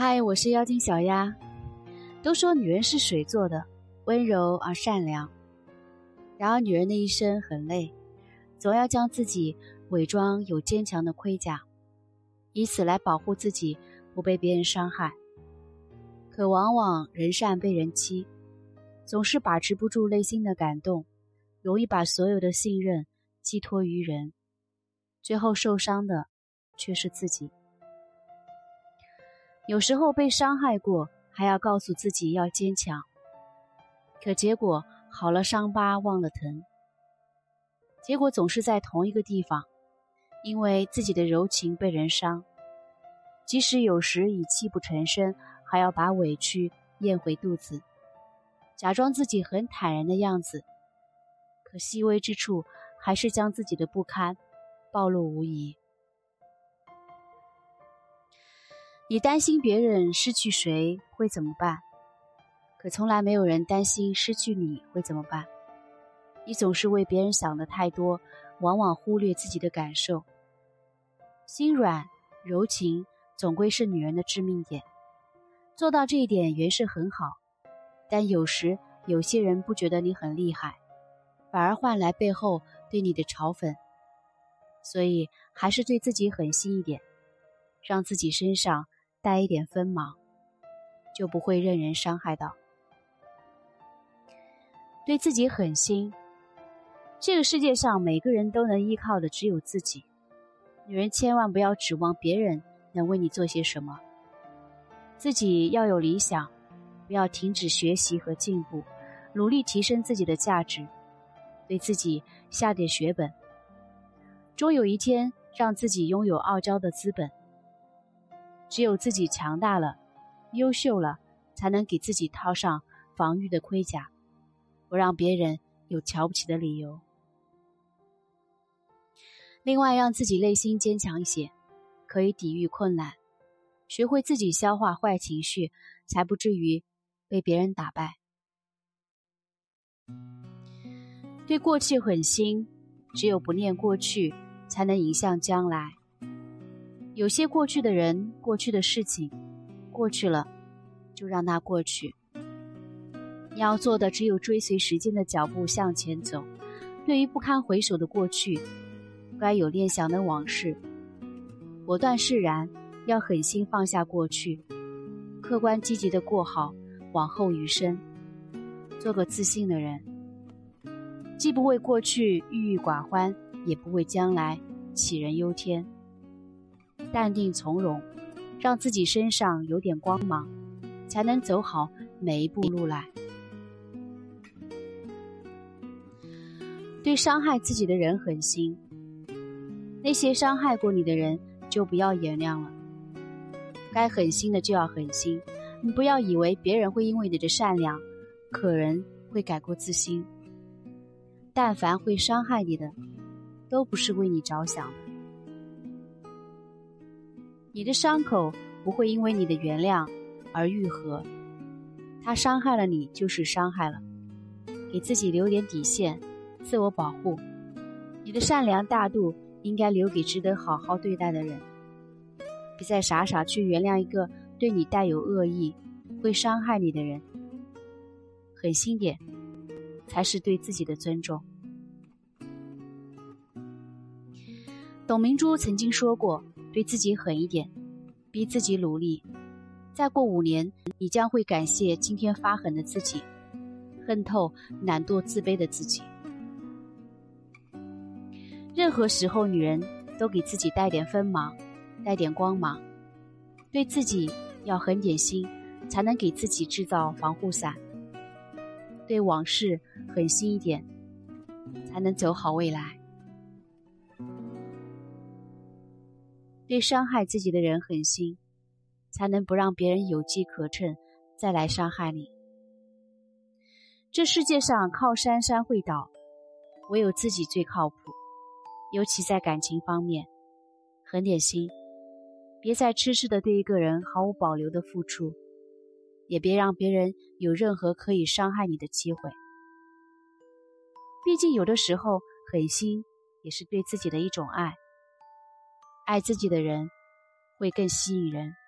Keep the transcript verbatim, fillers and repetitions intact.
嗨，我是妖精小鸭。都说女人是水做的，温柔而善良。然而女人的一生很累，总要将自己伪装有坚强的盔甲，以此来保护自己不被别人伤害。可往往人善被人欺，总是把持不住内心的感动，容易把所有的信任寄托于人，最后受伤的却是自己。有时候被伤害过，还要告诉自己要坚强，可结果好了伤疤忘了疼，结果总是在同一个地方，因为自己的柔情被人伤，即使有时已泣不成声，还要把委屈咽回肚子，假装自己很坦然的样子，可细微之处还是将自己的不堪暴露无遗。你担心别人失去谁会怎么办？可从来没有人担心失去你会怎么办。你总是为别人想的太多，往往忽略自己的感受。心软柔情总归是女人的致命点，做到这一点原是很好，但有时有些人不觉得你很厉害，反而换来背后对你的嘲讽。所以还是对自己狠心一点，让自己身上带一点锋芒，就不会任人伤害到。对自己狠心，这个世界上每个人都能依靠的只有自己。女人千万不要指望别人能为你做些什么，自己要有理想，不要停止学习和进步，努力提升自己的价值，对自己下点血本，终有一天让自己拥有傲娇的资本。只有自己强大了，优秀了，才能给自己套上防御的盔甲，不让别人有瞧不起的理由。另外，让自己内心坚强一些，可以抵御困难，学会自己消化坏情绪，才不至于被别人打败。对过去狠心，只有不念过去，才能迎向将来。有些过去的人，过去的事情，过去了就让它过去。你要做的只有追随时间的脚步向前走。对于不堪回首的过去，该有念想的往事，果断释然，要狠心放下过去，客观积极的过好往后余生，做个自信的人，既不为过去郁郁寡欢，也不为将来杞人忧天。淡定从容，让自己身上有点光芒，才能走好每一步路来。对伤害自己的人狠心，那些伤害过你的人就不要原谅了。该狠心的就要狠心，你不要以为别人会因为你的善良可人会改过自新。但凡会伤害你的，都不是为你着想的。你的伤口不会因为你的原谅而愈合，他伤害了你就是伤害了，给自己留点底线，自我保护。你的善良大度应该留给值得好好对待的人，别再傻傻去原谅一个对你带有恶意会伤害你的人。狠心点才是对自己的尊重。董明珠曾经说过，对自己狠一点，逼自己努力，再过五年，你将会感谢今天发狠的自己，恨透懒惰自卑的自己。任何时候，女人都给自己带点锋芒，带点光芒，对自己要狠点心，才能给自己制造防护伞。对往事狠心一点，才能走好未来。对伤害自己的人狠心，才能不让别人有机可乘再来伤害你。这世界上靠山山会倒，唯有自己最靠谱。尤其在感情方面，狠点心，别再痴痴地对一个人毫无保留的付出，也别让别人有任何可以伤害你的机会。毕竟有的时候，狠心也是对自己的一种爱。爱自己的人会更吸引人。